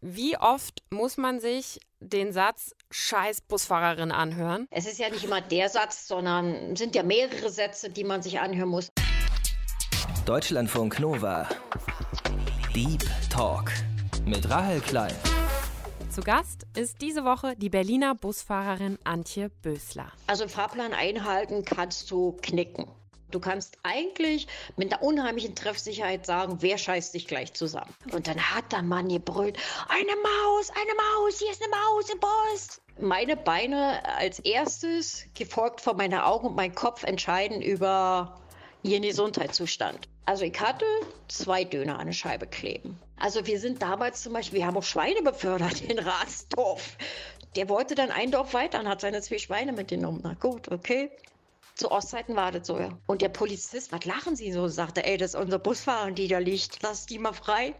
wie oft muss man sich den Satz Scheiß Busfahrerin anhören? Es ist ja nicht immer der Satz, sondern sind ja mehrere Sätze, die man sich anhören muss. Deutschlandfunk Nova. Deep Talk mit Rahel Klein. Zu Gast ist diese Woche die Berliner Busfahrerin Antje Bösler. Also Fahrplan einhalten kannst du knicken. Du kannst eigentlich mit einer unheimlichen Treffsicherheit sagen, wer scheißt dich gleich zusammen. Und dann hat der Mann gebrüllt, eine Maus, hier ist eine Maus im Bus. Meine Beine als erstes, gefolgt von meinen Augen und mein Kopf, entscheiden über ihren Gesundheitszustand. Also ich hatte 2 Döner an der Scheibe kleben. Also wir sind damals zum Beispiel, wir haben auch Schweine befördert in Ratsdorf. Der wollte dann ein Dorf weiter und hat seine 2 Schweine mitgenommen. Na gut, okay. Zu Ostzeiten war das so, ja. Und der Polizist, was lachen Sie so? Sagte, ey, das ist unser Busfahrer, die da liegt. Lass die mal frei.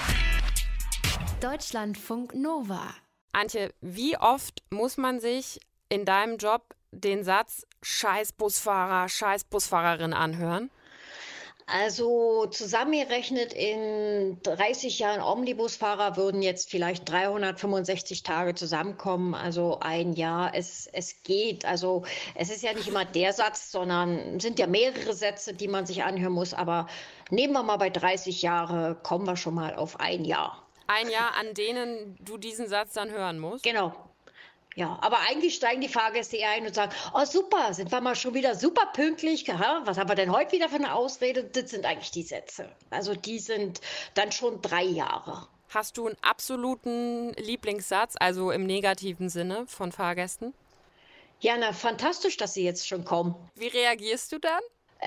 Deutschlandfunk Nova. Antje, wie oft muss man sich in deinem Job den Satz Scheiß Busfahrer, Scheiß Busfahrerin anhören? Also zusammengerechnet in 30 Jahren Omnibusfahrer würden jetzt vielleicht 365 Tage zusammenkommen, also ein Jahr. Es geht, also es ist ja nicht immer der Satz, sondern sind ja mehrere Sätze, die man sich anhören muss. Aber nehmen wir mal bei 30 Jahre, kommen wir schon mal auf ein Jahr. Ein Jahr, an denen du diesen Satz dann hören musst? Genau. Ja, aber eigentlich steigen die Fahrgäste eher ein und sagen, oh super, sind wir mal schon wieder super pünktlich. Was haben wir denn heute wieder für eine Ausrede? Das sind eigentlich die Sätze. Also die sind dann schon 3 Jahre. Hast du einen absoluten Lieblingssatz, also im negativen Sinne von Fahrgästen? Ja, na, fantastisch, dass sie jetzt schon kommen. Wie reagierst du dann?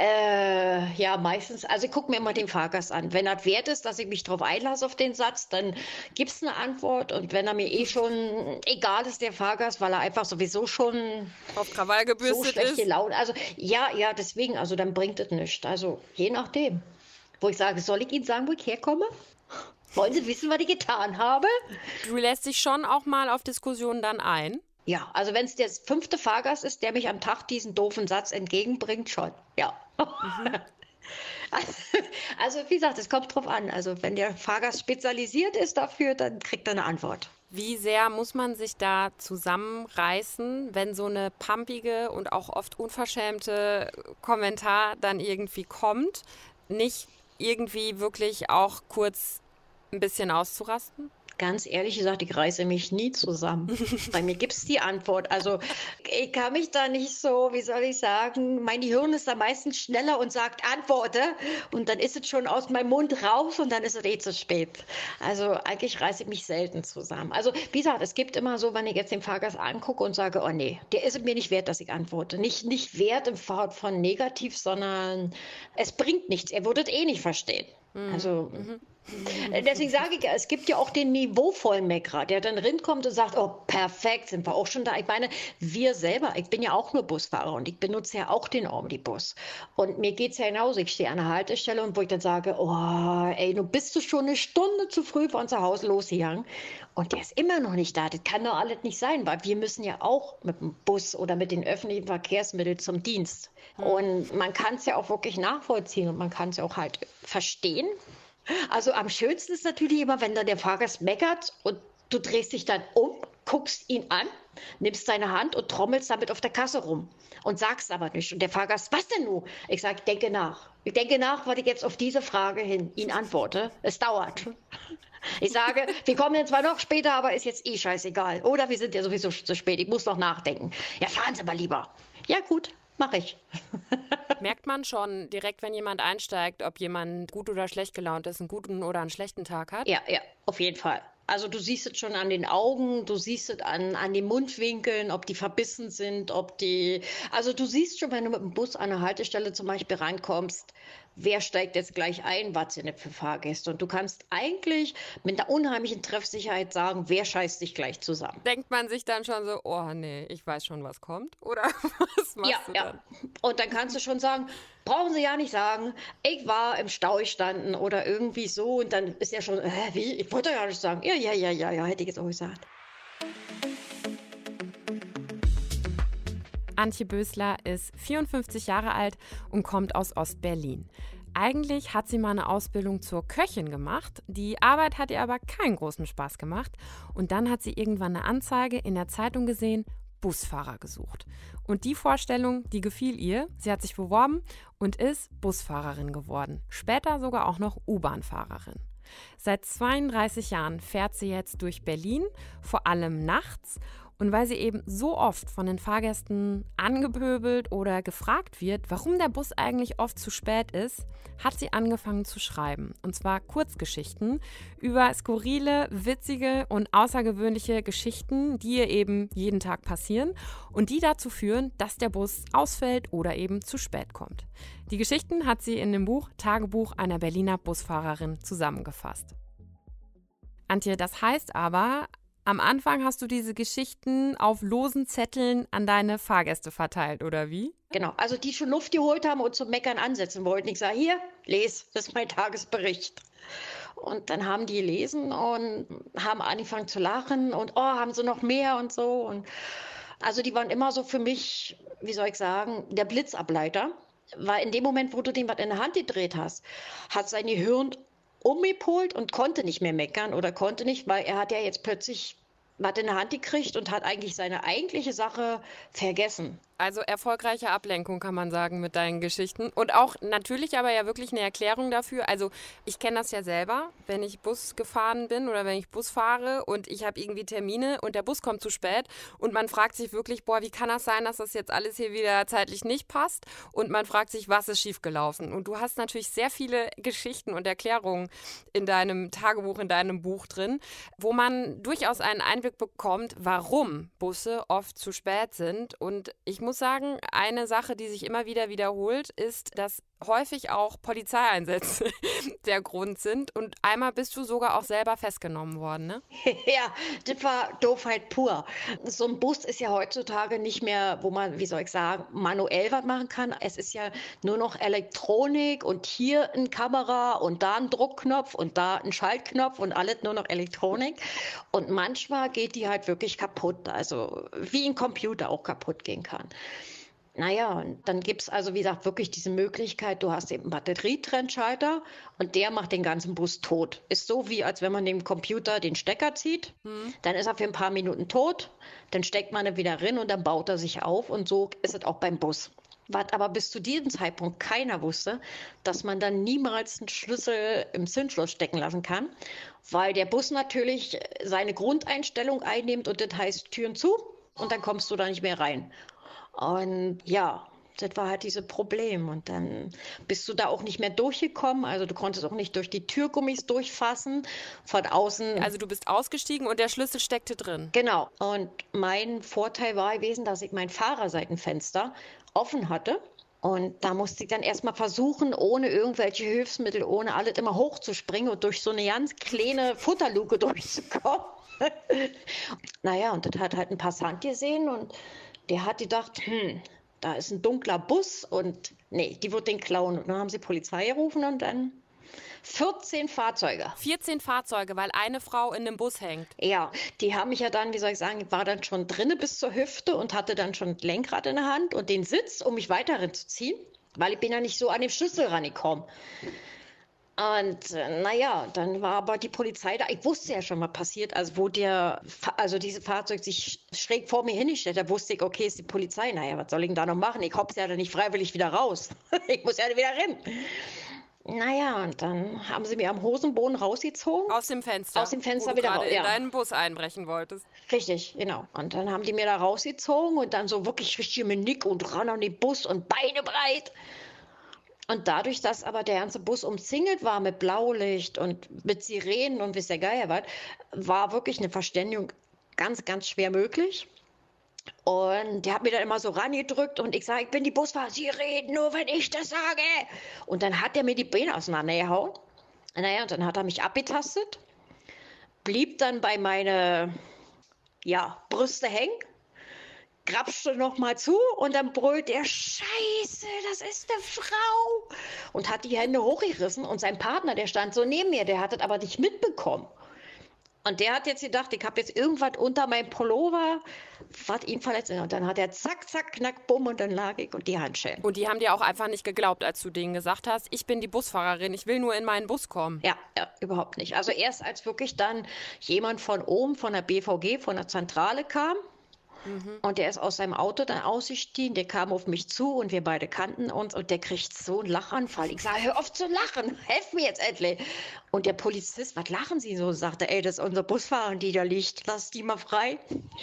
Ja, meistens, also ich gucke mir immer den Fahrgast an. Wenn er wert ist, dass ich mich drauf einlasse auf den Satz, dann gibt's eine Antwort. Und wenn er mir schon egal ist, der Fahrgast, weil er einfach sowieso schon auf Krawall gebürstet so schlechte ist. Laune. Also ja, deswegen, also dann bringt es nichts. Also je nachdem. Wo ich sage, soll ich Ihnen sagen, wo ich herkomme? Wollen Sie wissen, was ich getan habe? Du lässt dich schon auch mal auf Diskussionen dann ein? Ja, also wenn es der 5. Fahrgast ist, der mich am Tag diesen doofen Satz entgegenbringt, schon, ja. Also wie gesagt, es kommt drauf an. Also wenn der Fahrgast spezialisiert ist dafür, dann kriegt er eine Antwort. Wie sehr muss man sich da zusammenreißen, wenn so eine pampige und auch oft unverschämte Kommentar dann irgendwie kommt, nicht irgendwie wirklich auch kurz ein bisschen auszurasten? Ganz ehrlich gesagt, ich reiße mich nie zusammen. Bei mir gibt's die Antwort. Also ich kann mich da nicht so, wie soll ich sagen, mein Gehirn ist da meistens schneller und sagt, antworte. Und dann ist es schon aus meinem Mund raus und dann ist es zu spät. Also eigentlich reiße ich mich selten zusammen. Also wie gesagt, es gibt immer so, wenn ich jetzt den Fahrgast angucke und sage, oh nee, der ist es mir nicht wert, dass ich antworte. Nicht wert im Fall von negativ, sondern es bringt nichts. Er würde es eh nicht verstehen. Also deswegen sage ich, es gibt ja auch den niveauvollen Meckerer, der dann rinkommt und sagt, oh perfekt, sind wir auch schon da. Ich meine, wir selber, ich bin ja auch nur Busfahrer und ich benutze ja auch den Omnibus. Und mir geht's ja genauso, ich stehe an der Haltestelle und wo ich dann sage, oh ey, du bist du schon eine Stunde zu früh von zu Hause losgegangen und der ist immer noch nicht da. Das kann doch alles nicht sein, weil wir müssen ja auch mit dem Bus oder mit den öffentlichen Verkehrsmitteln zum Dienst. Und man kann es ja auch wirklich nachvollziehen und man kann es ja auch halt verstehen. Also am schönsten ist natürlich immer, wenn dann der Fahrgast meckert und du drehst dich dann um, guckst ihn an, nimmst seine Hand und trommelst damit auf der Kasse rum und sagst aber nicht. Und der Fahrgast, was denn nun? Ich sage, denke nach. Ich denke nach, was ich jetzt auf diese Frage hin ihn antworte. Es dauert. Ich sage, wir kommen jetzt zwar noch später, aber ist jetzt eh scheißegal. Oder wir sind ja sowieso zu spät, ich muss noch nachdenken. Ja, fahren Sie mal lieber. Ja gut, mache ich. Merkt man schon direkt, wenn jemand einsteigt, ob jemand gut oder schlecht gelaunt ist, einen guten oder einen schlechten Tag hat? Ja, auf jeden Fall. Also du siehst es schon an den Augen, du siehst es an den Mundwinkeln, ob die verbissen sind, also du siehst schon, wenn du mit dem Bus an eine Haltestelle zum Beispiel reinkommst, wer steigt jetzt gleich ein, was sind das für Fahrgäste. Und du kannst eigentlich mit einer unheimlichen Treffsicherheit sagen, wer scheißt dich gleich zusammen. Denkt man sich dann schon so, oh nee, ich weiß schon, was kommt? Oder was machst du dann? Und dann kannst du schon sagen, brauchen Sie ja nicht sagen, ich war im Stau gestanden oder irgendwie so. Und dann ist ja schon, wie? Ich wollte ja nicht sagen. Ja, hätte ich jetzt auch gesagt. Antje Bösler ist 54 Jahre alt und kommt aus Ostberlin. Eigentlich hat sie mal eine Ausbildung zur Köchin gemacht. Die Arbeit hat ihr aber keinen großen Spaß gemacht. Und dann hat sie irgendwann eine Anzeige in der Zeitung gesehen, Busfahrer gesucht. Und die Vorstellung, die gefiel ihr. Sie hat sich beworben und ist Busfahrerin geworden. Später sogar auch noch U-Bahn-Fahrerin. Seit 32 Jahren fährt sie jetzt durch Berlin, vor allem nachts. Und weil sie eben so oft von den Fahrgästen angepöbelt oder gefragt wird, warum der Bus eigentlich oft zu spät ist, hat sie angefangen zu schreiben. Und zwar Kurzgeschichten über skurrile, witzige und außergewöhnliche Geschichten, die ihr eben jeden Tag passieren und die dazu führen, dass der Bus ausfällt oder eben zu spät kommt. Die Geschichten hat sie in dem Buch Tagebuch einer Berliner Busfahrerin zusammengefasst. Antje, das heißt aber, am Anfang hast du diese Geschichten auf losen Zetteln an deine Fahrgäste verteilt, oder wie? Genau, also die schon Luft geholt haben und zum Meckern ansetzen wollten. Ich sage, hier, les, das ist mein Tagesbericht. Und dann haben die gelesen und haben angefangen zu lachen und haben sie noch mehr und so. Und also die waren immer so für mich, wie soll ich sagen, der Blitzableiter. Weil in dem Moment, wo du dem was in der Hand gedreht hast, hat sein Gehirn umgepolt und konnte nicht mehr meckern oder konnte nicht, weil er hat ja jetzt plötzlich was in der Hand gekriegt und hat eigentlich seine eigentliche Sache vergessen. Also erfolgreiche Ablenkung, kann man sagen, mit deinen Geschichten. Und auch natürlich aber ja wirklich eine Erklärung dafür. Also ich kenne das ja selber, wenn ich Bus gefahren bin oder wenn ich Bus fahre und ich habe irgendwie Termine und der Bus kommt zu spät und man fragt sich wirklich, boah, wie kann das sein, dass das jetzt alles hier wieder zeitlich nicht passt? Und man fragt sich, was ist schiefgelaufen? Und du hast natürlich sehr viele Geschichten und Erklärungen in deinem Tagebuch, in deinem Buch drin, wo man durchaus einen Einblick bekommt, warum Busse oft zu spät sind. Und ich muss sagen, eine Sache, die sich immer wieder wiederholt, ist, dass häufig auch Polizeieinsätze der Grund sind. Und einmal bist du sogar auch selber festgenommen worden, ne? Ja, das war Doofheit pur. So ein Bus ist ja heutzutage nicht mehr, wo man, wie soll ich sagen, manuell was machen kann. Es ist ja nur noch Elektronik und hier eine Kamera und da ein Druckknopf und da ein Schaltknopf und alles nur noch Elektronik. Und manchmal geht die halt wirklich kaputt, also wie ein Computer auch kaputt gehen kann. Naja, und dann gibt es also, wie gesagt, wirklich diese Möglichkeit, du hast eben einen Batterietrennschalter und der macht den ganzen Bus tot. Ist so wie, als wenn man dem Computer den Stecker zieht, dann ist er für ein paar Minuten tot, dann steckt man ihn wieder rein und dann baut er sich auf und so ist es auch beim Bus. Was aber bis zu diesem Zeitpunkt keiner wusste, dass man dann niemals einen Schlüssel im Zündschloss stecken lassen kann, weil der Bus natürlich seine Grundeinstellung einnimmt und das heißt Türen zu und dann kommst du da nicht mehr rein. Und ja, das war halt dieses Problem. Und dann bist du da auch nicht mehr durchgekommen. Also du konntest auch nicht durch die Türgummis durchfassen. Von außen. Also du bist ausgestiegen und der Schlüssel steckte drin. Genau. Und mein Vorteil war gewesen, dass ich mein Fahrerseitenfenster offen hatte. Und da musste ich dann erstmal versuchen, ohne irgendwelche Hilfsmittel, ohne alles immer hochzuspringen und durch so eine ganz kleine Futterluke durchzukommen. Naja, und das hat halt ein Passant gesehen und der hat gedacht, da ist ein dunkler Bus und nee, die wird den klauen. Und dann haben sie Polizei gerufen und dann 14 Fahrzeuge. 14 Fahrzeuge, weil eine Frau in dem Bus hängt. Ja, die haben mich ja dann, wie soll ich sagen, war dann schon drinne bis zur Hüfte und hatte dann schon das Lenkrad in der Hand und den Sitz, um mich weiter zu ziehen, weil ich bin ja nicht so an den Schlüssel rangekommen. Und naja, dann war aber die Polizei da. Ich wusste ja schon, was passiert. Also wo dieses Fahrzeug sich schräg vor mir hingestellt hat, wusste ich, okay, ist die Polizei. Naja, was soll ich denn da noch machen? Ich hopp's ja dann nicht freiwillig wieder raus. Ich muss ja wieder rein. Naja, und dann haben sie mir am Hosenboden rausgezogen. Aus dem Fenster? Aus dem Fenster wo du wieder raus, gerade ja. in deinen Bus einbrechen wolltest. Richtig, genau. Und dann haben die mir da rausgezogen und dann so wirklich richtig mit Nick und ran an den Bus und Beine breit. Und dadurch, dass aber der ganze Bus umzingelt war mit Blaulicht und mit Sirenen und weiß der Geier was, war wirklich eine Verständigung ganz, ganz schwer möglich. Und der hat mir dann immer so rangedrückt und ich sage, ich bin die Busfahrer, Sie reden nur, wenn ich das sage. Und dann hat er mir die Beine auseinandergehauen. Naja, und dann hat er mich abgetastet, blieb dann bei meine Brüste hängen, grapschte noch mal zu und dann brüllt er, Scheiße, das ist eine Frau. Und hat die Hände hochgerissen und sein Partner, der stand so neben mir, der hat das aber nicht mitbekommen. Und der hat jetzt gedacht, ich habe jetzt irgendwas unter meinem Pullover, was ihn verletzt. Und dann hat er zack, zack, knack, bumm und dann lag ich und die Handschellen. Und die haben dir auch einfach nicht geglaubt, als du denen gesagt hast, ich bin die Busfahrerin, ich will nur in meinen Bus kommen. Ja, überhaupt nicht. Also erst als wirklich dann jemand von oben, von der BVG, von der Zentrale kam, und der ist aus seinem Auto dann ausgestiegen, der kam auf mich zu und wir beide kannten uns und der kriegt so einen Lachanfall. Ich sage, hör auf zu lachen, helf mir jetzt endlich. Und der Polizist, was lachen Sie so? Sagte, ey, das ist unsere Busfahrerin, die da liegt, lass die mal frei.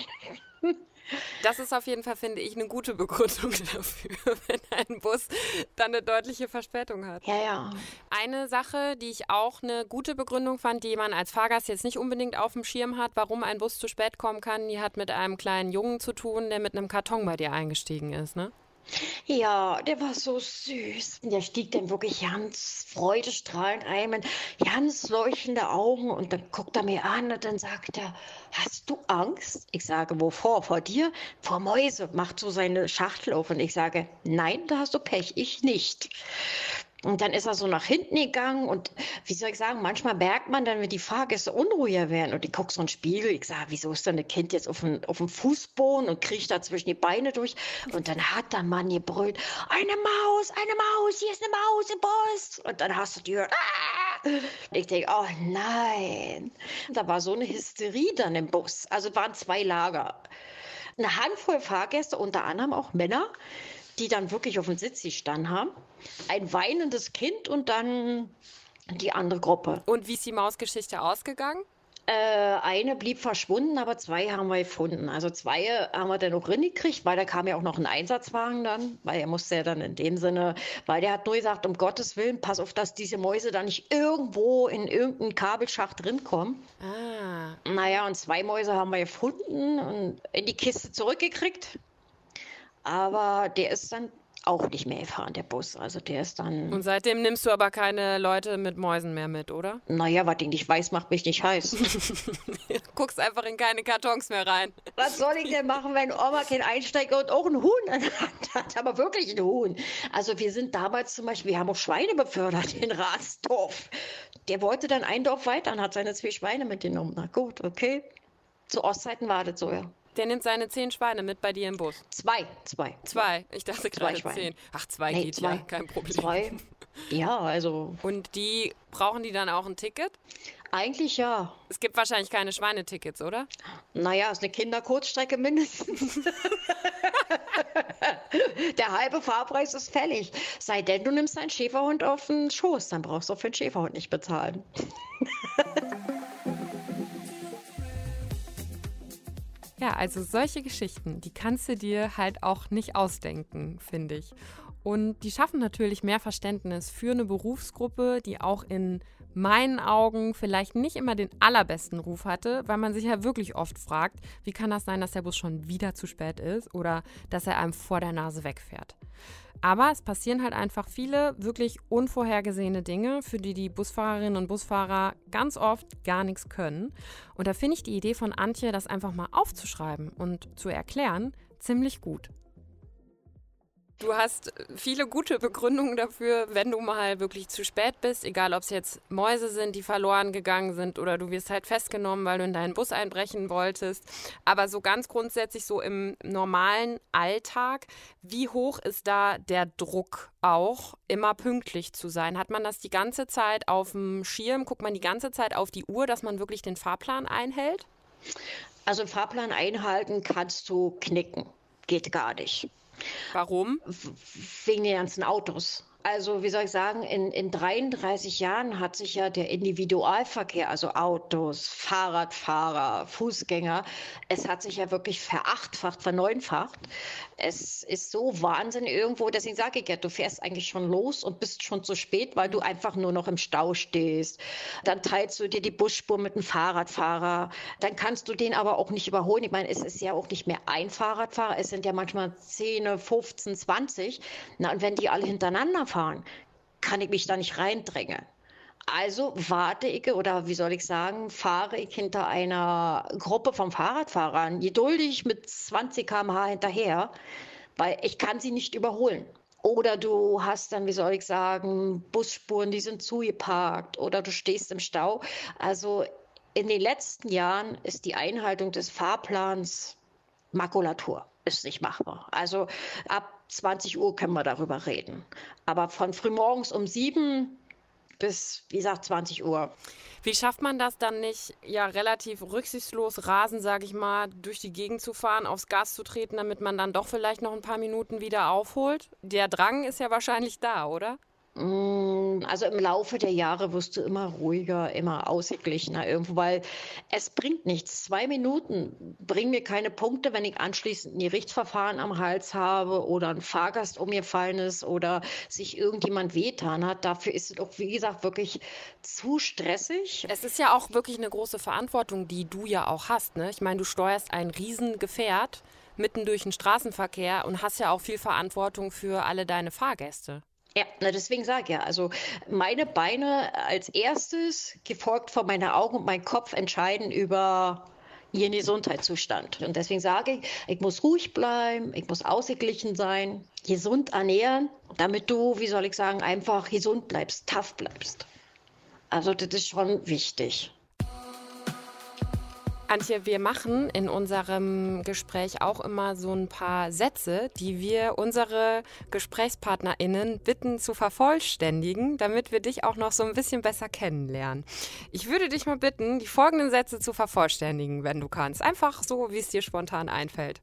Das ist auf jeden Fall, finde ich, eine gute Begründung dafür, wenn ein Bus dann eine deutliche Verspätung hat. Ja. Eine Sache, die ich auch eine gute Begründung fand, die man als Fahrgast jetzt nicht unbedingt auf dem Schirm hat, warum ein Bus zu spät kommen kann, die hat mit einem kleinen Jungen zu tun, der mit einem Karton bei dir eingestiegen ist, ne? Ja, der war so süß. Der stieg dann wirklich ganz freudestrahlend ein, mit ganz leuchtende Augen und dann guckt er mir an und dann sagt er, hast du Angst? Ich sage, wovor? Vor dir? Vor Mäuse. Macht so seine Schachtel auf und ich sage, nein, da hast du Pech, ich nicht. Und dann ist er so nach hinten gegangen und wie soll ich sagen, manchmal merkt man dann, wenn die Fahrgäste unruhiger werden und ich gucke so in den Spiegel, ich sage, wieso ist denn das Kind jetzt auf dem Fußboden und kriecht da zwischen die Beine durch und dann hat der Mann gebrüllt, eine Maus, hier ist eine Maus im Bus und dann hast du die gehört, ah! Ich denke, oh nein. Da war so eine Hysterie dann im Bus, also waren 2 Lager. Eine Handvoll Fahrgäste, unter anderem auch Männer, die dann wirklich auf dem Sitz gestanden haben. Ein weinendes Kind und dann die andere Gruppe. Und wie ist die Mausgeschichte ausgegangen? Eine blieb verschwunden, aber 2 haben wir gefunden. Also 2 haben wir dann noch reingekriegt, weil da kam ja auch noch ein Einsatzwagen dann, weil er musste ja dann in dem Sinne, weil der hat nur gesagt, um Gottes Willen, pass auf, dass diese Mäuse da nicht irgendwo in irgendeinen Kabelschacht drinkommen. Ah. Naja, und 2 Mäuse haben wir gefunden und in die Kiste zurückgekriegt. Aber der ist dann auch nicht mehr gefahren, der Bus. Also der ist dann... Und seitdem nimmst du aber keine Leute mit Mäusen mehr mit, oder? Naja, was ich nicht weiß, macht mich nicht heiß. Guckst einfach in keine Kartons mehr rein. Was soll ich denn machen, wenn Oma kein Einsteiger und auch ein Huhn hat? Aber wirklich ein Huhn. Also wir sind damals zum Beispiel, wir haben auch Schweine befördert in Ratsdorf. Der wollte dann ein Dorf weiter und hat seine 2 Schweine mitgenommen. Na gut, okay. Zu Ostzeiten war das so, ja. Der nimmt seine 10 Schweine mit bei dir im Bus. 2. 2. Ich dachte gerade 2 10. Ach, 2 Nee, geht 2. ja, kein Problem. 2. Ja, also Und brauchen die dann auch ein Ticket? eigentlich ja. Es gibt wahrscheinlich keine Schweinetickets, oder? Naja, ist eine Kinderkurzstrecke mindestens. Der halbe Fahrpreis ist fällig. Sei denn, du nimmst einen Schäferhund auf den Schoß, dann brauchst du auch für den Schäferhund nicht bezahlen. Ja, also solche Geschichten, die kannst du dir halt auch nicht ausdenken, finde ich. Und die schaffen natürlich mehr Verständnis für eine Berufsgruppe, die auch in meinen Augen vielleicht nicht immer den allerbesten Ruf hatte, weil man sich ja wirklich oft fragt, wie kann das sein, dass der Bus schon wieder zu spät ist oder dass er einem vor der Nase wegfährt. Aber es passieren halt einfach viele wirklich unvorhergesehene Dinge, für die die Busfahrerinnen und Busfahrer ganz oft gar nichts können. Und da finde ich die Idee von Antje, das einfach mal aufzuschreiben und zu erklären, ziemlich gut. Du hast viele gute Begründungen dafür, wenn du mal wirklich zu spät bist, egal ob es jetzt Mäuse sind, die verloren gegangen sind oder du wirst halt festgenommen, weil du in deinen Bus einbrechen wolltest. Aber so ganz grundsätzlich so im normalen Alltag, wie hoch ist da der Druck auch, immer pünktlich zu sein? Hat man das die ganze Zeit auf dem Schirm? Guckt man die ganze Zeit auf die Uhr, dass man wirklich den Fahrplan einhält? Also einen Fahrplan einhalten kannst du knicken. Geht gar nicht. Warum? Wegen den ganzen Autos. Also, wie soll ich sagen, in 33 Jahren hat sich ja der Individualverkehr, also Autos, Fahrradfahrer, Fußgänger, es hat sich ja wirklich verneunfacht. Es ist so Wahnsinn irgendwo, deswegen sage ich ja, du fährst eigentlich schon los und bist schon zu spät, weil du einfach nur noch im Stau stehst. Dann teilst du dir die Busspur mit einem Fahrradfahrer, dann kannst du den aber auch nicht überholen. Ich meine, es ist ja auch nicht mehr ein Fahrradfahrer, es sind ja manchmal 10, 15, 20. Na, und wenn die alle hintereinander fahren, kann ich mich da nicht reindrängen. Also warte ich oder wie soll ich sagen, fahre ich hinter einer Gruppe von Fahrradfahrern geduldig mit 20 km/h hinterher, weil ich kann sie nicht überholen. Oder du hast dann, wie soll ich sagen, Busspuren, die sind zugeparkt oder du stehst im Stau. Also in den letzten Jahren ist die Einhaltung des Fahrplans Makulatur. Ist nicht machbar. Also ab 20 Uhr können wir darüber reden. Aber von frühmorgens um 7 bis, wie gesagt, 20 Uhr. Wie schafft man das dann nicht, ja relativ rücksichtslos rasend, sage ich mal, durch die Gegend zu fahren, aufs Gas zu treten, damit man dann doch vielleicht noch ein paar Minuten wieder aufholt? Der Drang ist ja wahrscheinlich da, oder? Also im Laufe der Jahre wirst du immer ruhiger, immer ausgeglichener irgendwo, weil es bringt nichts. 2 Minuten bringen mir keine Punkte, wenn ich anschließend ein Gerichtsverfahren am Hals habe oder ein Fahrgast umgefallen ist oder sich irgendjemand wehgetan hat. Dafür ist es auch, wie gesagt, wirklich zu stressig. Es ist ja auch wirklich eine große Verantwortung, die du ja auch hast, ne? Ich meine, du steuerst ein Riesengefährt mitten durch den Straßenverkehr und hast ja auch viel Verantwortung für alle deine Fahrgäste. Ja, deswegen sage ich ja, also meine Beine als erstes, gefolgt von meinen Augen und mein Kopf, entscheiden über ihren Gesundheitszustand. Und deswegen sage ich, ich muss ruhig bleiben, ich muss ausgeglichen sein, gesund ernähren, damit du, wie soll ich sagen, einfach gesund bleibst, tough bleibst. Also das ist schon wichtig. Antje, wir machen in unserem Gespräch auch immer so ein paar Sätze, die wir unsere GesprächspartnerInnen bitten zu vervollständigen, damit wir dich auch noch so ein bisschen besser kennenlernen. Ich würde dich mal bitten, die folgenden Sätze zu vervollständigen, wenn du kannst. Einfach so, wie es dir spontan einfällt.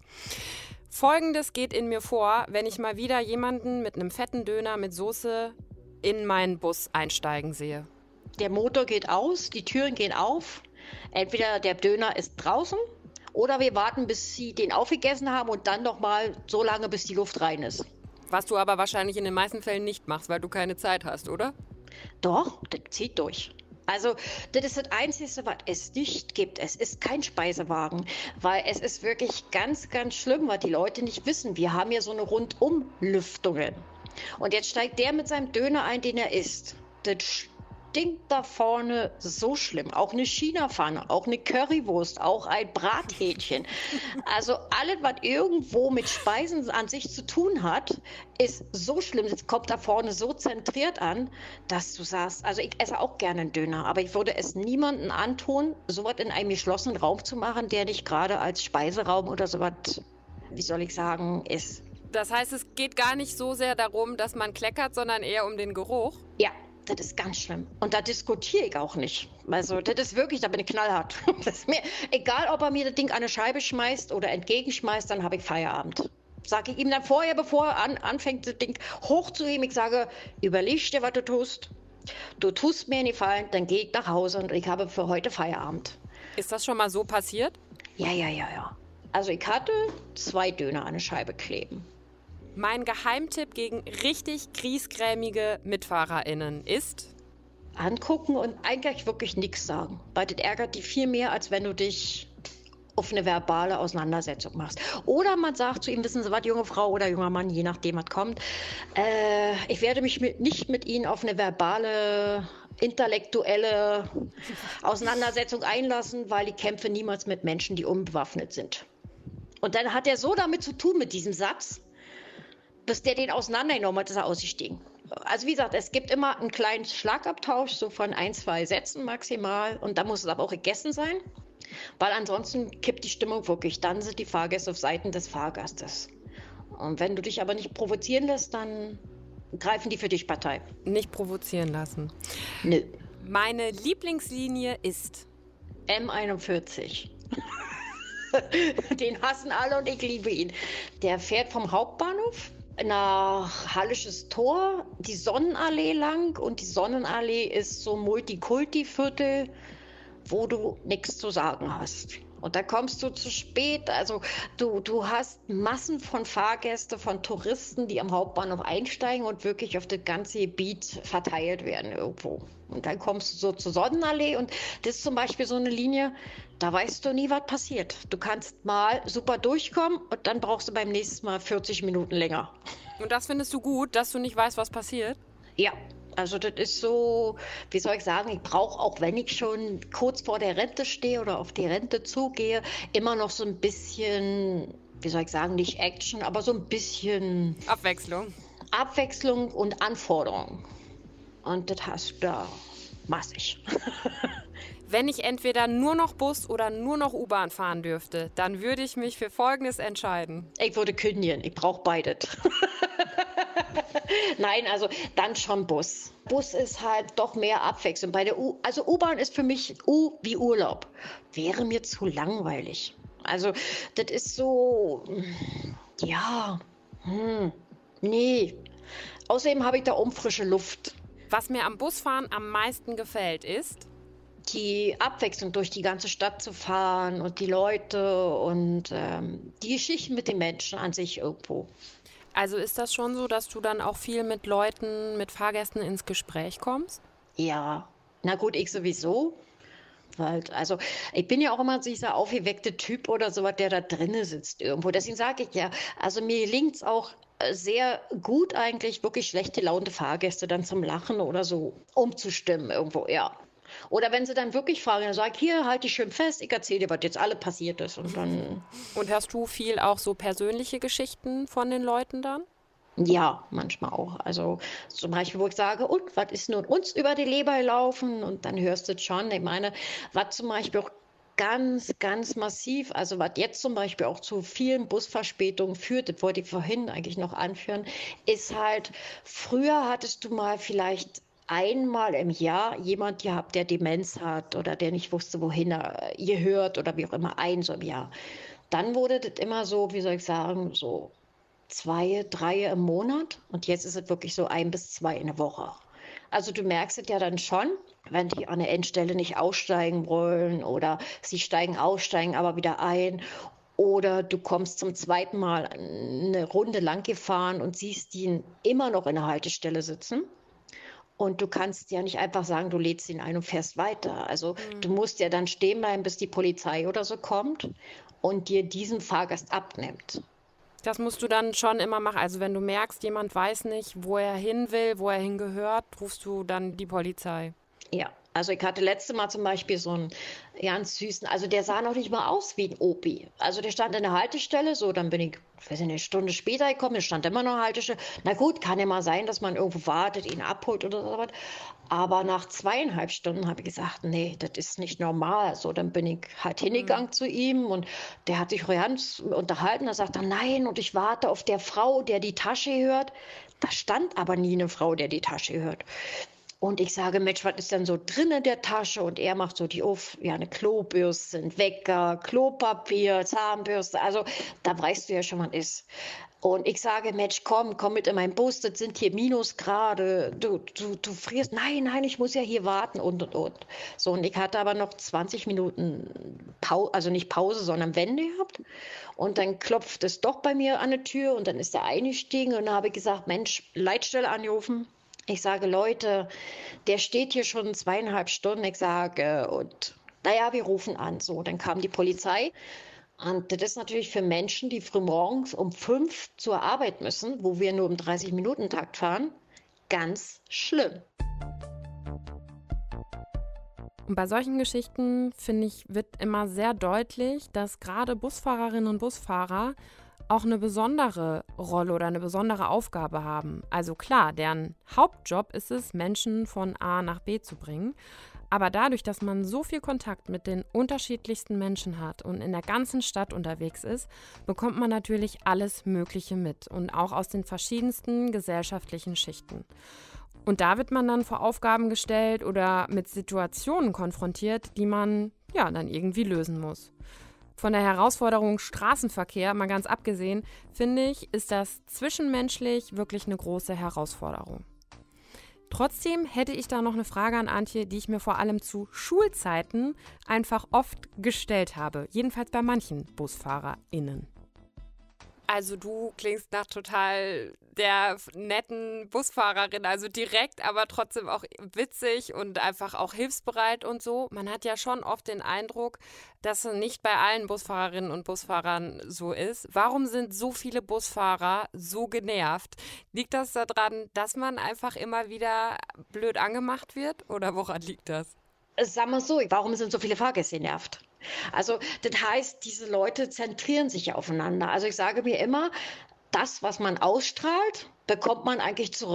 Folgendes geht in mir vor, wenn ich mal wieder jemanden mit einem fetten Döner mit Soße in meinen Bus einsteigen sehe. Der Motor geht aus, die Türen gehen auf. Entweder der Döner ist draußen oder wir warten, bis sie den aufgegessen haben und dann noch mal so lange, bis die Luft rein ist. Was du aber wahrscheinlich in den meisten Fällen nicht machst, weil du keine Zeit hast, oder? Doch, das zieht durch. Also das ist das Einzige, was es nicht gibt. Es ist kein Speisewagen, weil es ist wirklich ganz, ganz schlimm, was die Leute nicht wissen. Wir haben ja so eine Rundumlüftungen. Und jetzt steigt der mit seinem Döner ein, den er isst. Das stinkt da vorne so schlimm. Auch eine China-Pfanne, auch eine Currywurst, auch ein Brathähnchen. Also alles, was irgendwo mit Speisen an sich zu tun hat, ist so schlimm. Das kommt da vorne so zentriert an, dass du sagst, also ich esse auch gerne einen Döner, aber ich würde es niemandem antun, sowas in einem geschlossenen Raum zu machen, der nicht gerade als Speiseraum oder sowas, wie soll ich sagen, ist. Das heißt, es geht gar nicht so sehr darum, dass man kleckert, sondern eher um den Geruch? Ja. Das ist ganz schlimm. Und da diskutiere ich auch nicht. Also das ist wirklich, da bin ich knallhart. Das ist mir egal, ob er mir das Ding an eine Scheibe schmeißt oder entgegenschmeißt, dann habe ich Feierabend. Sage ich ihm dann vorher, bevor er anfängt, das Ding hochzuheben, ich sage, überleg dir, was du tust. Du tust mir einen Gefallen, dann gehe ich nach Hause und ich habe für heute Feierabend. Ist das schon mal so passiert? Ja. Also ich hatte 2 Döner an eine Scheibe kleben. Mein Geheimtipp gegen richtig griesgrämige MitfahrerInnen ist? Angucken und eigentlich wirklich nichts sagen. Weil das ärgert die viel mehr, als wenn du dich auf eine verbale Auseinandersetzung machst. Oder man sagt zu ihm, wissen Sie was, junge Frau oder junger Mann, je nachdem, was kommt, ich werde mich nicht mit Ihnen auf eine verbale, intellektuelle Auseinandersetzung einlassen, weil ich kämpfe niemals mit Menschen, die unbewaffnet sind. Und dann hat er so damit zu tun mit diesem Satz, bis der den auseinandergenommen hat, ist er ausgestiegen. Also wie gesagt, es gibt immer einen kleinen Schlagabtausch, so von 1, 2 Sätzen maximal. Und da muss es aber auch gegessen sein, weil ansonsten kippt die Stimmung wirklich. Dann sind die Fahrgäste auf Seiten des Fahrgastes. Und wenn du dich aber nicht provozieren lässt, dann greifen die für dich Partei. Nicht provozieren lassen. Nö. Meine Lieblingslinie ist? M41. Den hassen alle und ich liebe ihn. Der fährt vom Hauptbahnhof nach Hallisches Tor, die Sonnenallee lang. Und die Sonnenallee ist so ein Multikulti-Viertel, wo du nichts zu sagen hast. Und da kommst du zu spät. Also du hast Massen von Fahrgästen, von Touristen, die am Hauptbahnhof einsteigen und wirklich auf das ganze Gebiet verteilt werden irgendwo. Und dann kommst du so zur Sonnenallee und das ist zum Beispiel so eine Linie, da weißt du nie, was passiert. Du kannst mal super durchkommen und dann brauchst du beim nächsten Mal 40 Minuten länger. Und das findest du gut, dass du nicht weißt, was passiert? Ja. Also das ist so, wie soll ich sagen, ich brauche, auch wenn ich schon kurz vor der Rente stehe oder auf die Rente zugehe, immer noch so ein bisschen, wie soll ich sagen, nicht Action, aber so ein bisschen Abwechslung und Anforderung. Und das hast du da massig. Wenn ich entweder nur noch Bus oder nur noch U-Bahn fahren dürfte, dann würde ich mich für Folgendes entscheiden. Ich würde kündigen, ich brauche beides. Nein, also dann schon Bus. Bus ist halt doch mehr Abwechslung. Also U-Bahn ist für mich wie Urlaub. Wäre mir zu langweilig. Also das ist so, ja, nee. Außerdem habe ich da frische Luft. Was mir am Busfahren am meisten gefällt, ist die Abwechslung, durch die ganze Stadt zu fahren und die Leute und die Geschichten mit den Menschen an sich irgendwo. Also ist das schon so, dass du dann auch viel mit Leuten, mit Fahrgästen ins Gespräch kommst? Ja, na gut, ich sowieso. Weil, also ich bin ja auch immer dieser aufgeweckte Typ oder sowas, der da drinnen sitzt irgendwo. Deswegen sage ich ja, also mir gelingt es auch sehr gut eigentlich, wirklich schlechte launte Fahrgäste dann zum Lachen oder so umzustimmen irgendwo, ja. Oder wenn sie dann wirklich fragen, dann sage ich, hier, halt dich schön fest, ich erzähle dir, was jetzt alle passiert ist. Und dann, Und hörst du viel auch so persönliche Geschichten von den Leuten dann? ja, manchmal auch. Also zum Beispiel, wo ich sage, und was ist nun uns über die Leber gelaufen? Und dann hörst du es schon. Ich meine, was zum Beispiel auch ganz, ganz massiv, also was jetzt zum Beispiel auch zu vielen Busverspätungen führt, das wollte ich vorhin eigentlich noch anführen, ist halt, früher hattest du mal vielleicht einmal im Jahr jemand gehabt, der Demenz hat oder der nicht wusste, wohin er gehört oder wie auch immer, so im Jahr. Dann wurde das immer so, wie soll ich sagen, so 2, 3 im Monat und jetzt ist es wirklich so 1 bis 2 in der Woche. Also du merkst es ja dann schon, wenn die an der Endstelle nicht aussteigen wollen oder sie steigen aus, steigen aber wieder ein. Oder du kommst zum zweiten Mal eine Runde lang gefahren und siehst ihn immer noch in der Haltestelle sitzen. Und du kannst ja nicht einfach sagen, du lädst ihn ein und fährst weiter. Also du musst ja dann stehen bleiben, bis die Polizei oder so kommt und dir diesen Fahrgast abnimmt. Das musst du dann schon immer machen. Also wenn du merkst, jemand weiß nicht, wo er hin will, wo er hingehört, rufst du dann die Polizei. Ja, also ich hatte letzte Mal zum Beispiel so einen ganz süßen, also der sah noch nicht mal aus wie ein Opi. Also der stand in der Haltestelle, so, dann bin ich, weiß nicht, eine Stunde später gekommen, der stand immer noch in der Haltestelle. Na gut, kann ja mal sein, dass man irgendwo wartet, ihn abholt oder so was. Aber nach 2,5 Stunden habe ich gesagt, nee, das ist nicht normal. So, dann bin ich halt hingegangen zu ihm und der hat sich ganz unterhalten. Da sagt er, nein, und ich warte auf der Frau, der die Tasche hört. Da stand aber nie eine Frau, der die Tasche hört. Und ich sage, Mensch, was ist denn so drin in der Tasche? Und er macht so die ja, eine Klobürste, ein Wecker, Klopapier, Zahnbürste. Also da weißt du ja schon, was ist. Und ich sage, Mensch, komm mit in meinen Bus, das sind hier Minusgrade, du frierst. Nein, ich muss ja hier warten und. So, und ich hatte aber noch 20 Minuten Pause, also nicht Pause, sondern Wende gehabt. Und dann klopft es doch bei mir an der Tür und dann ist er eingestiegen und dann habe ich gesagt, Mensch, Leitstelle anrufen. Ich sage, Leute, der steht hier schon 2,5 Stunden. Ich sage, und naja, wir rufen an. So, dann kam die Polizei. Und das ist natürlich für Menschen, die frühmorgens um 5 zur Arbeit müssen, wo wir nur im 30-Minuten-Takt fahren, ganz schlimm. Und bei solchen Geschichten, finde ich, wird immer sehr deutlich, dass gerade Busfahrerinnen und Busfahrer auch eine besondere Rolle oder eine besondere Aufgabe haben. Also klar, deren Hauptjob ist es, Menschen von A nach B zu bringen. Aber dadurch, dass man so viel Kontakt mit den unterschiedlichsten Menschen hat und in der ganzen Stadt unterwegs ist, bekommt man natürlich alles Mögliche mit und auch aus den verschiedensten gesellschaftlichen Schichten. Und da wird man dann vor Aufgaben gestellt oder mit Situationen konfrontiert, die man ja dann irgendwie lösen muss. Von der Herausforderung Straßenverkehr, mal ganz abgesehen, finde ich, ist das zwischenmenschlich wirklich eine große Herausforderung. Trotzdem hätte ich da noch eine Frage an Antje, die ich mir vor allem zu Schulzeiten einfach oft gestellt habe. Jedenfalls bei manchen BusfahrerInnen. Also du klingst nach total der netten Busfahrerin, also direkt, aber trotzdem auch witzig und einfach auch hilfsbereit und so. Man hat ja schon oft den Eindruck, dass es nicht bei allen Busfahrerinnen und Busfahrern so ist. Warum sind so viele Busfahrer so genervt? Liegt das daran, dass man einfach immer wieder blöd angemacht wird oder woran liegt das? Sagen wir so, warum sind so viele Fahrgäste genervt? Also das heißt, diese Leute zentrieren sich ja aufeinander. Also ich sage mir immer, das, was man ausstrahlt, bekommt man eigentlich zurück.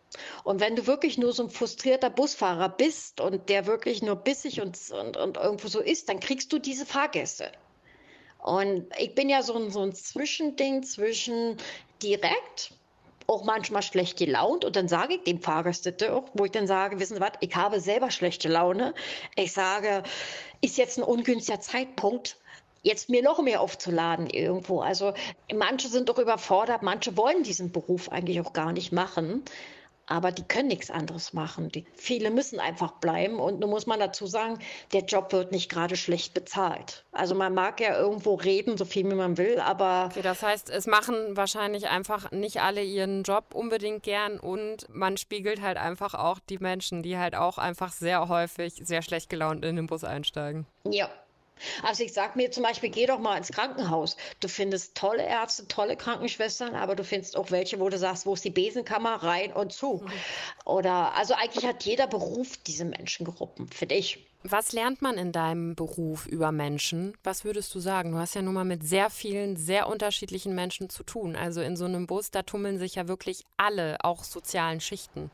Und wenn du wirklich nur so ein frustrierter Busfahrer bist und der wirklich nur bissig und irgendwo so ist, dann kriegst du diese Fahrgäste. Und ich bin ja so ein Zwischending zwischen direkt, auch manchmal schlecht gelaunt und dann sage ich dem Fahrgäste auch, wo ich dann sage, wissen Sie was, ich habe selber schlechte Laune. Ich sage, ist jetzt ein ungünstiger Zeitpunkt, jetzt mir noch mehr aufzuladen irgendwo. Also manche sind doch überfordert, manche wollen diesen Beruf eigentlich auch gar nicht machen. Aber die können nichts anderes machen. Viele müssen einfach bleiben. Und nun muss man dazu sagen, der Job wird nicht gerade schlecht bezahlt. Also man mag ja irgendwo reden, so viel wie man will, aber... Okay, das heißt, es machen wahrscheinlich einfach nicht alle ihren Job unbedingt gern und man spiegelt halt einfach auch die Menschen, die halt auch einfach sehr häufig sehr schlecht gelaunt in den Bus einsteigen. Ja. Also ich sage mir zum Beispiel, geh doch mal ins Krankenhaus. Du findest tolle Ärzte, tolle Krankenschwestern, aber du findest auch welche, wo du sagst, wo ist die Besenkammer, rein und zu. Oder, also eigentlich hat jeder Beruf diese Menschengruppen, finde ich. Was lernt man in deinem Beruf über Menschen? Was würdest du sagen? Du hast ja nun mal mit sehr vielen, sehr unterschiedlichen Menschen zu tun. Also in so einem Bus, da tummeln sich ja wirklich alle, auch sozialen Schichten.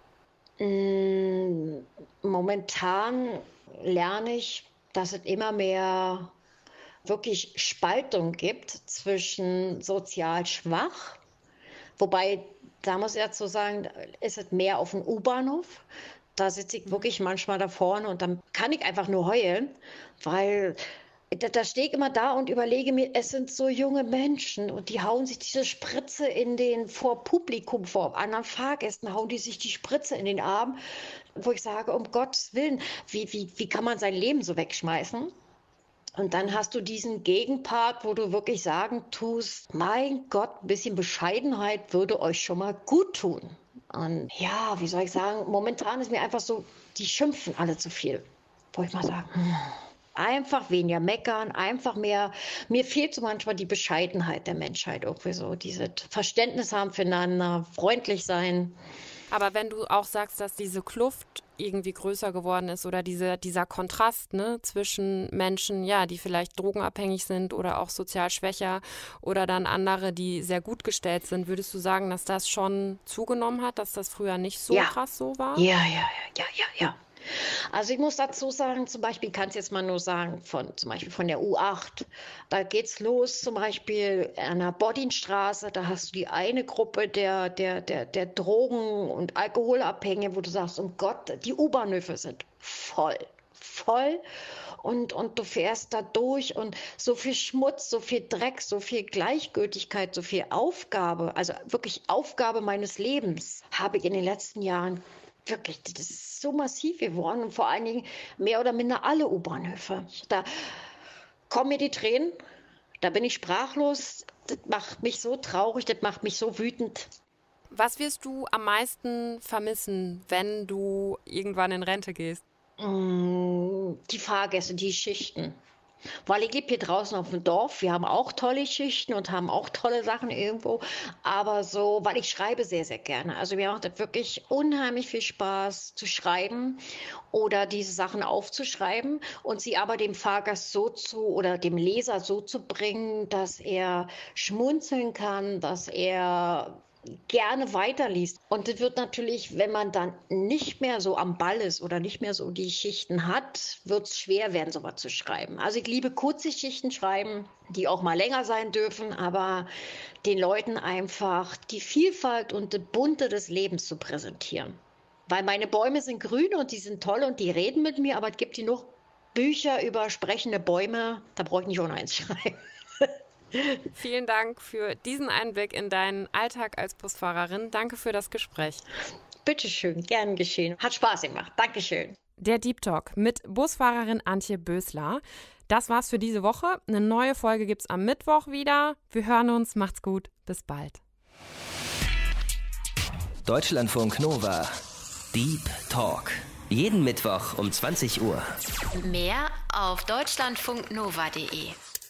Momentan lerne ich, dass es immer mehr wirklich Spaltung gibt zwischen sozial schwach, wobei, da muss ich dazu sagen, ist es mehr auf dem U-Bahnhof. Da sitze ich wirklich manchmal da vorne und dann kann ich einfach nur heulen, weil da stehe ich immer da und überlege mir, es sind so junge Menschen und die hauen sich diese Spritze vor Publikum, vor anderen Fahrgästen, hauen die sich die Spritze in den Arm, wo ich sage, um Gottes Willen, wie kann man sein Leben so wegschmeißen? Und dann hast du diesen Gegenpart, wo du wirklich sagen tust, mein Gott, ein bisschen Bescheidenheit würde euch schon mal gut tun. Und ja, wie soll ich sagen, momentan ist mir einfach so, die schimpfen alle zu viel. Wo ich mal sage, einfach weniger meckern, einfach mehr. Mir fehlt so manchmal die Bescheidenheit der Menschheit irgendwie so, dieses Verständnis haben füreinander, freundlich sein. Aber wenn du auch sagst, dass diese Kluft irgendwie größer geworden ist oder dieser Kontrast, ne, zwischen Menschen, ja, die vielleicht drogenabhängig sind oder auch sozial schwächer oder dann andere, die sehr gut gestellt sind, würdest du sagen, dass das schon zugenommen hat, dass das früher nicht so krass so war? Ja. Also ich muss dazu sagen, zum Beispiel, kann es jetzt mal nur sagen, zum Beispiel von der U8, da geht's los, zum Beispiel an der Bodinstraße, da hast du die eine Gruppe der Drogen- und Alkoholabhängigen, wo du sagst, um Gott, die U-Bahnhöfe sind voll. Und du fährst da durch und so viel Schmutz, so viel Dreck, so viel Gleichgültigkeit, so viel Aufgabe, also wirklich Aufgabe meines Lebens habe ich in den letzten Jahren wirklich, das ist so massiv geworden und vor allen Dingen mehr oder minder alle U-Bahnhöfe. Da kommen mir die Tränen, da bin ich sprachlos, das macht mich so traurig, das macht mich so wütend. Was wirst du am meisten vermissen, wenn du irgendwann in Rente gehst? Die Fahrgäste, die Schichten. Weil ich lebe hier draußen auf dem Dorf, wir haben auch tolle Schichten und haben auch tolle Sachen irgendwo, aber so, weil ich schreibe sehr, sehr gerne. Also mir macht das wirklich unheimlich viel Spaß zu schreiben oder diese Sachen aufzuschreiben und sie aber dem Fahrgast oder dem Leser so zu bringen, dass er schmunzeln kann, dass er gerne weiterliest. Und das wird natürlich, wenn man dann nicht mehr so am Ball ist oder nicht mehr so die Schichten hat, wird es schwer werden, sowas zu schreiben. Also ich liebe kurze Schichten schreiben, die auch mal länger sein dürfen, aber den Leuten einfach die Vielfalt und das Bunte des Lebens zu präsentieren. Weil meine Bäume sind grün und die sind toll und die reden mit mir, aber es gibt hier noch Bücher über sprechende Bäume, da brauche ich nicht auch noch eins schreiben. Vielen Dank für diesen Einblick in deinen Alltag als Busfahrerin. Danke für das Gespräch. Bitteschön, gern geschehen. Hat Spaß gemacht. Dankeschön. Der Deep Talk mit Busfahrerin Antje Bösler. Das war's für diese Woche. Eine neue Folge gibt's am Mittwoch wieder. Wir hören uns. Macht's gut. Bis bald. Deutschlandfunk Nova. Deep Talk. Jeden Mittwoch um 20 Uhr. Mehr auf deutschlandfunknova.de.